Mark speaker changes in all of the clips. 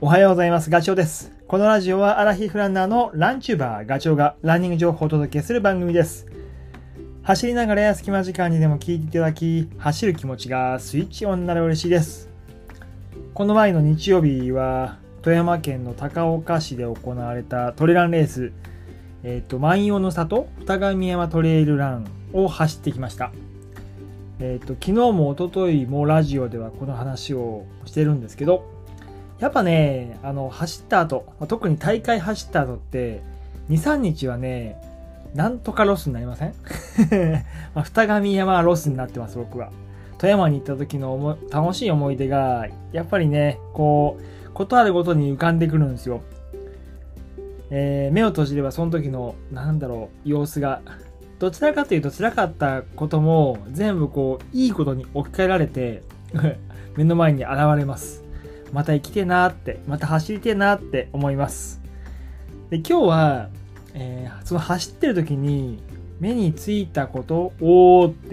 Speaker 1: おはようございます。ガチョウです。このラジオはアラヒフランナーのランチューバーガチョウがランニング情報をお届けする番組です。走りながら隙間時間にでも聞いていただき、走る気持ちがスイッチオンになれば嬉しいです。この前の日曜日は富山県の高岡市で行われたトレランレース、万葉の里二神山トレイルランを走ってきました。昨日も一昨日もラジオではこの話をしてるんですけど、やっぱね、走った後、特に大会走った後って、2、3日はね、なんとかロスになりません二神山ロスになってます、僕は。富山に行った時の楽しい思い出が、やっぱりね、ことあるごとに浮かんでくるんですよ。目を閉じればその時の、様子が、どちらかというと辛かったことも、全部いいことに置き換えられて、目の前に現れます。また生きてえなーって、また走りてえなーって思います。で、今日は、その走ってる時に目についたことをって、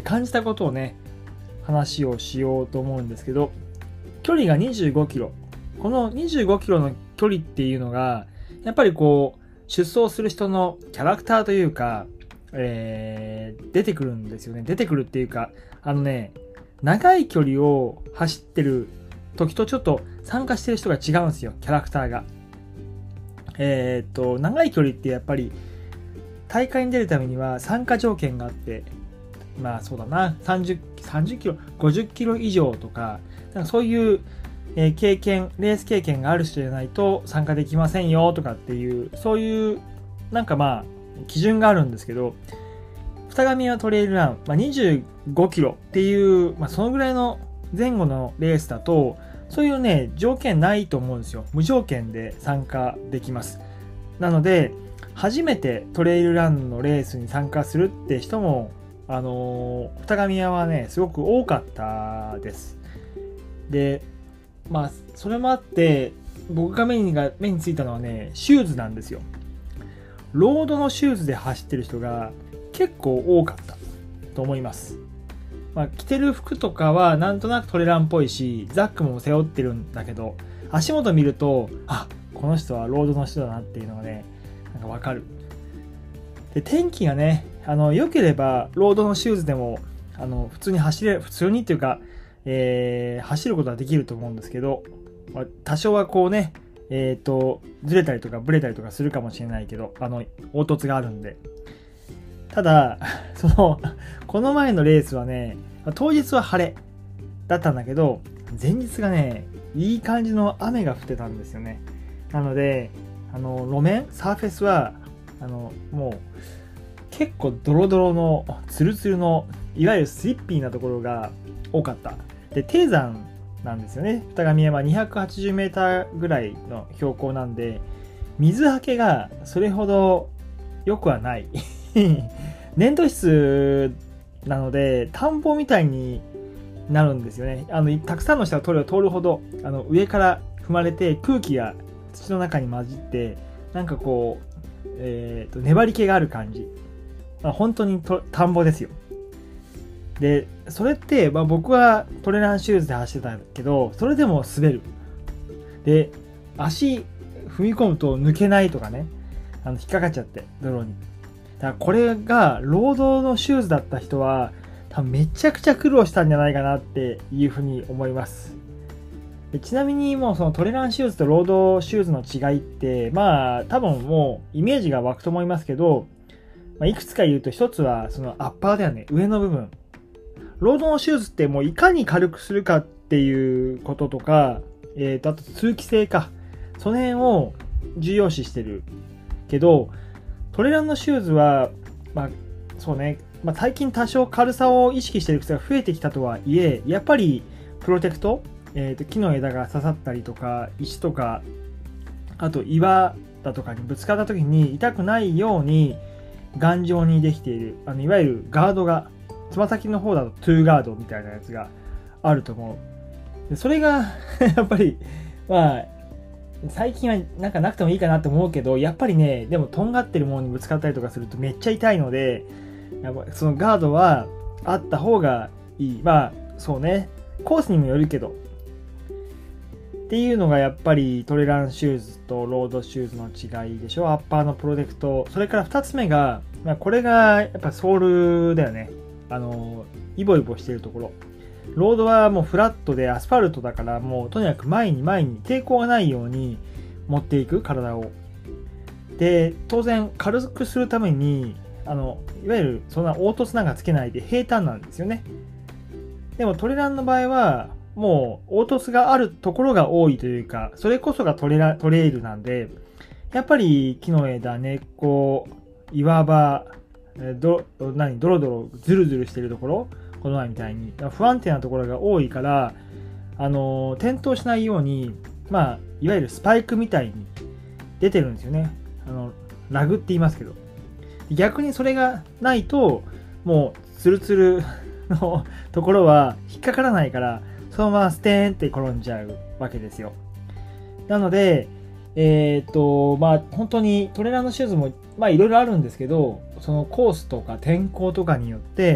Speaker 1: 感じたことをね、話をしようと思うんですけど、距離が25キロ。この25キロの距離っていうのが、やっぱり出走する人のキャラクターというか、出てくるんですよね。出てくるっていうか、長い距離を走ってる時とちょっと参加してる人が違うんですよ、キャラクターが。長い距離ってやっぱり大会に出るためには参加条件があって、まあそうだな、30キロ、50キロ以上とか、そういうレース経験がある人じゃないと参加できませんよとかっていう、そういう基準があるんですけど、二神山トレイルラン、25キロっていう、そのぐらいの前後のレースだと、そういうね、条件ないと思うんですよ。無条件で参加できます。なので、初めてトレイルランのレースに参加するって人も、二神山はね、すごく多かったです。で、それもあって、僕が目についたのはね、シューズなんですよ。ロードのシューズで走ってる人が結構多かったと思います。着てる服とかはなんとなくトレランっぽいし、ザックも背負ってるんだけど、足元見ると、この人はロードの人だなっていうのがね、わかる。で、天気がね、良ければロードのシューズでも普通にっていうか、走ることはできると思うんですけど、多少はずれたりとかブレたりとかするかもしれないけど、凹凸があるんで。ただ、この前のレースはね、当日は晴れだったんだけど、前日がね、いい感じの雨が降ってたんですよね。なので、路面、サーフェスは、もう、結構ドロドロの、ツルツルの、いわゆるスリッピーなところが多かった。で、低山なんですよね。二神山280メーターぐらいの標高なんで、水はけがそれほど良くはない。粘土質なので田んぼみたいになるんですよね。たくさんの人が通るほど上から踏まれて空気が土の中に混じって粘り気がある感じ。本当に田んぼですよ。でそれって、僕はトレランシューズで走ってたけど、それでも滑る。で足踏み込むと抜けないとかね、引っかかっちゃって泥に。だからこれがロードのシューズだった人は多分めちゃくちゃ苦労したんじゃないかなっていうふうに思います。でちなみにもうそのトレランシューズとロードシューズの違いって多分もうイメージが湧くと思いますけど、いくつか言うと、一つはそのアッパーだよね、上の部分。ロードのシューズってもういかに軽くするかっていうこととか、あと通気性か、その辺を重要視してるけど、トレランのシューズは、そうね、最近多少軽さを意識している靴が増えてきたとはいえ、やっぱりプロテクト、木の枝が刺さったりとか、石とか、あと岩だとかにぶつかった時に痛くないように頑丈にできている、いわゆるガードが、つま先の方だとトゥーガードみたいなやつがあると思う。でそれがやっぱり最近はなくてもいいかなと思うけど、やっぱりね、でもとんがってるものにぶつかったりとかするとめっちゃ痛いので、やっぱそのガードはあった方がいい。そうね、コースにもよるけど。 っていうのがやっぱりトレランシューズとロードシューズの違いでしょ。アッパーのプロテクト。それから2つ目が、これがやっぱソールだよね。イボイボしてるところ。ロードはもうフラットでアスファルトだから、もうとにかく前に抵抗がないように持っていく、体を。で、当然軽くするために、いわゆるそんな凹凸なんかつけないで平坦なんですよね。でもトレランの場合は、もう凹凸があるところが多いというか、それこそがトレイルなんで、やっぱり木の枝、根っこ、岩場、ドロドロズルズルしてるところ、この前みたいに不安定なところが多いから、転倒しないように、いわゆるスパイクみたいに出てるんですよね。ラグって言いますけど。逆にそれがないと、もうツルツルのところは引っかからないから、そのままステーンって転んじゃうわけですよ。なので、本当にトレランのシューズもいろいろあるんですけど、そのコースとか天候とかによって、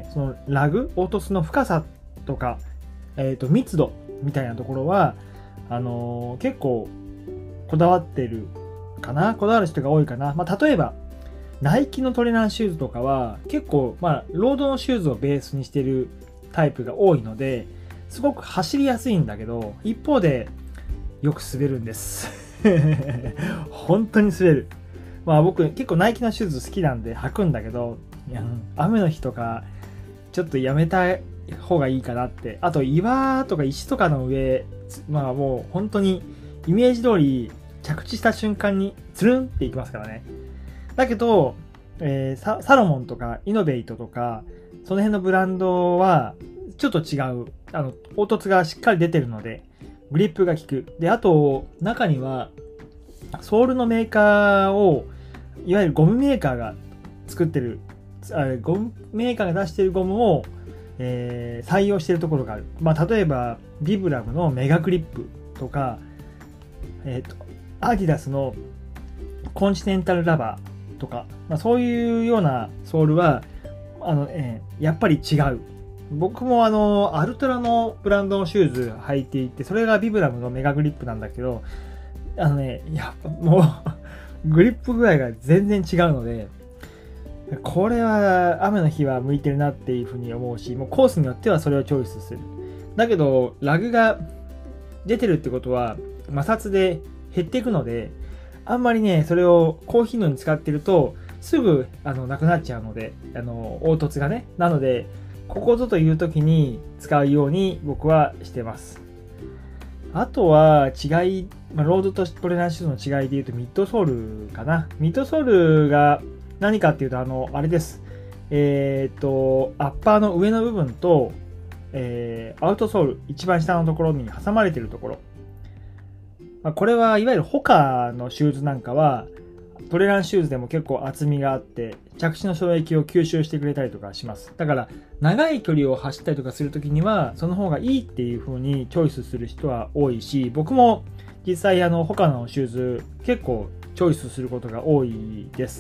Speaker 1: そのラグ、凹凸の深さとか、密度みたいなところは、結構こだわってるかな。こだわる人が多いかな。例えば、ナイキのトレランシューズとかは結構、ロードのシューズをベースにしてるタイプが多いので、すごく走りやすいんだけど、一方でよく滑るんです。本当に滑る。僕結構ナイキのシューズ好きなんで履くんだけど、雨の日とかちょっとやめた方がいいかなって。あと岩とか石とかの上、もう本当にイメージ通り着地した瞬間につるんっていきますからね。だけど、サロモンとかイノベイトとかその辺のブランドはちょっと違う。凹凸がしっかり出てるのでグリップが効く。で、あと中にはソールのメーカーをいわゆるゴムメーカーが作ってる、ゴムメーカーが出しているゴムを、採用しているところがある。例えばビブラムのメガグリップとか、アディダスのコンチネンタルラバーとか、そういうようなソールはやっぱり違う。僕もアルトラのブランドのシューズ履いていて、それがビブラムのメガグリップなんだけど、やっぱもうグリップ具合が全然違うので、これは雨の日は向いてるなっていうふうに思うし、もうコースによってはそれをチョイスする。だけどラグが出てるってことは摩擦で減っていくので、あんまりね、それを高頻度に使ってるとすぐなくなっちゃうので、凹凸がね。なのでここぞという時に使うように僕はしてます。あとは違い、ロードとトレランシューズの違いで言うとミッドソールかな。ミッドソールが何かっていうとあれです。アッパーの上の部分と、アウトソール、一番下のところに挟まれているところ。これはいわゆるホカのシューズなんかは、トレランシューズでも結構厚みがあって、着地の衝撃を吸収してくれたりとかします。だから、長い距離を走ったりとかするときには、その方がいいっていう風にチョイスする人は多いし、僕も実際他のシューズ結構チョイスすることが多いです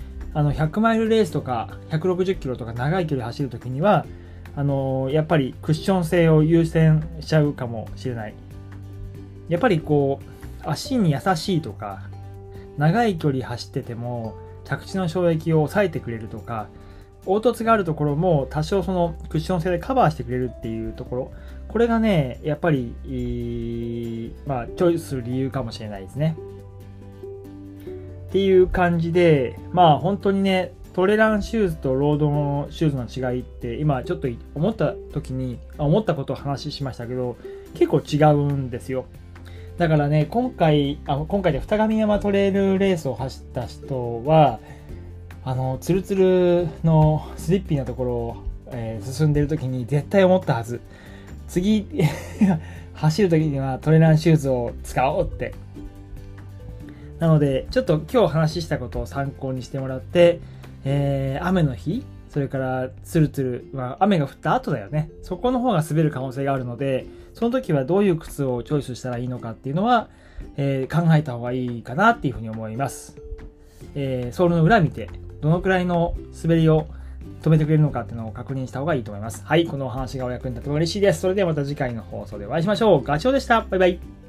Speaker 1: 。100マイルレースとか160キロとか長い距離走るときには、やっぱりクッション性を優先しちゃうかもしれない。やっぱり足に優しいとか、長い距離走ってても着地の衝撃を抑えてくれるとか、凹凸があるところも多少そのクッション性でカバーしてくれるっていうところ、これがね、やっぱり、チョイスする理由かもしれないですね。っていう感じで、本当にね、トレランシューズとロードのシューズの違いって、今ちょっと思ったことを話しましたけど、結構違うんですよ。だからね、今回で二神山トレイルレースを走った人は、ツルツルのスリッピーなところを、進んでいる時に絶対思ったはず。次走る時にはトレランシューズを使おうって。なのでちょっと今日話したことを参考にしてもらって、雨の日、それからツルツル、雨が降った後だよね。そこの方が滑る可能性があるので、その時はどういう靴をチョイスしたらいいのかっていうのは、考えた方がいいかなっていうふうに思います。ソールの裏見てどのくらいの滑りを止めてくれるのかっていうのを確認した方がいいと思います。はい、このお話がお役に立てば嬉しいです。それではまた次回の放送でお会いしましょう。ガチョウでした。バイバイ。